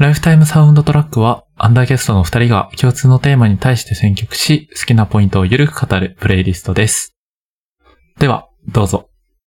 ライフタイムサウンドトラックはアンダーキャストの2人が共通のテーマに対して選曲し、好きなポイントをゆるく語るプレイリストです。では、どうぞ。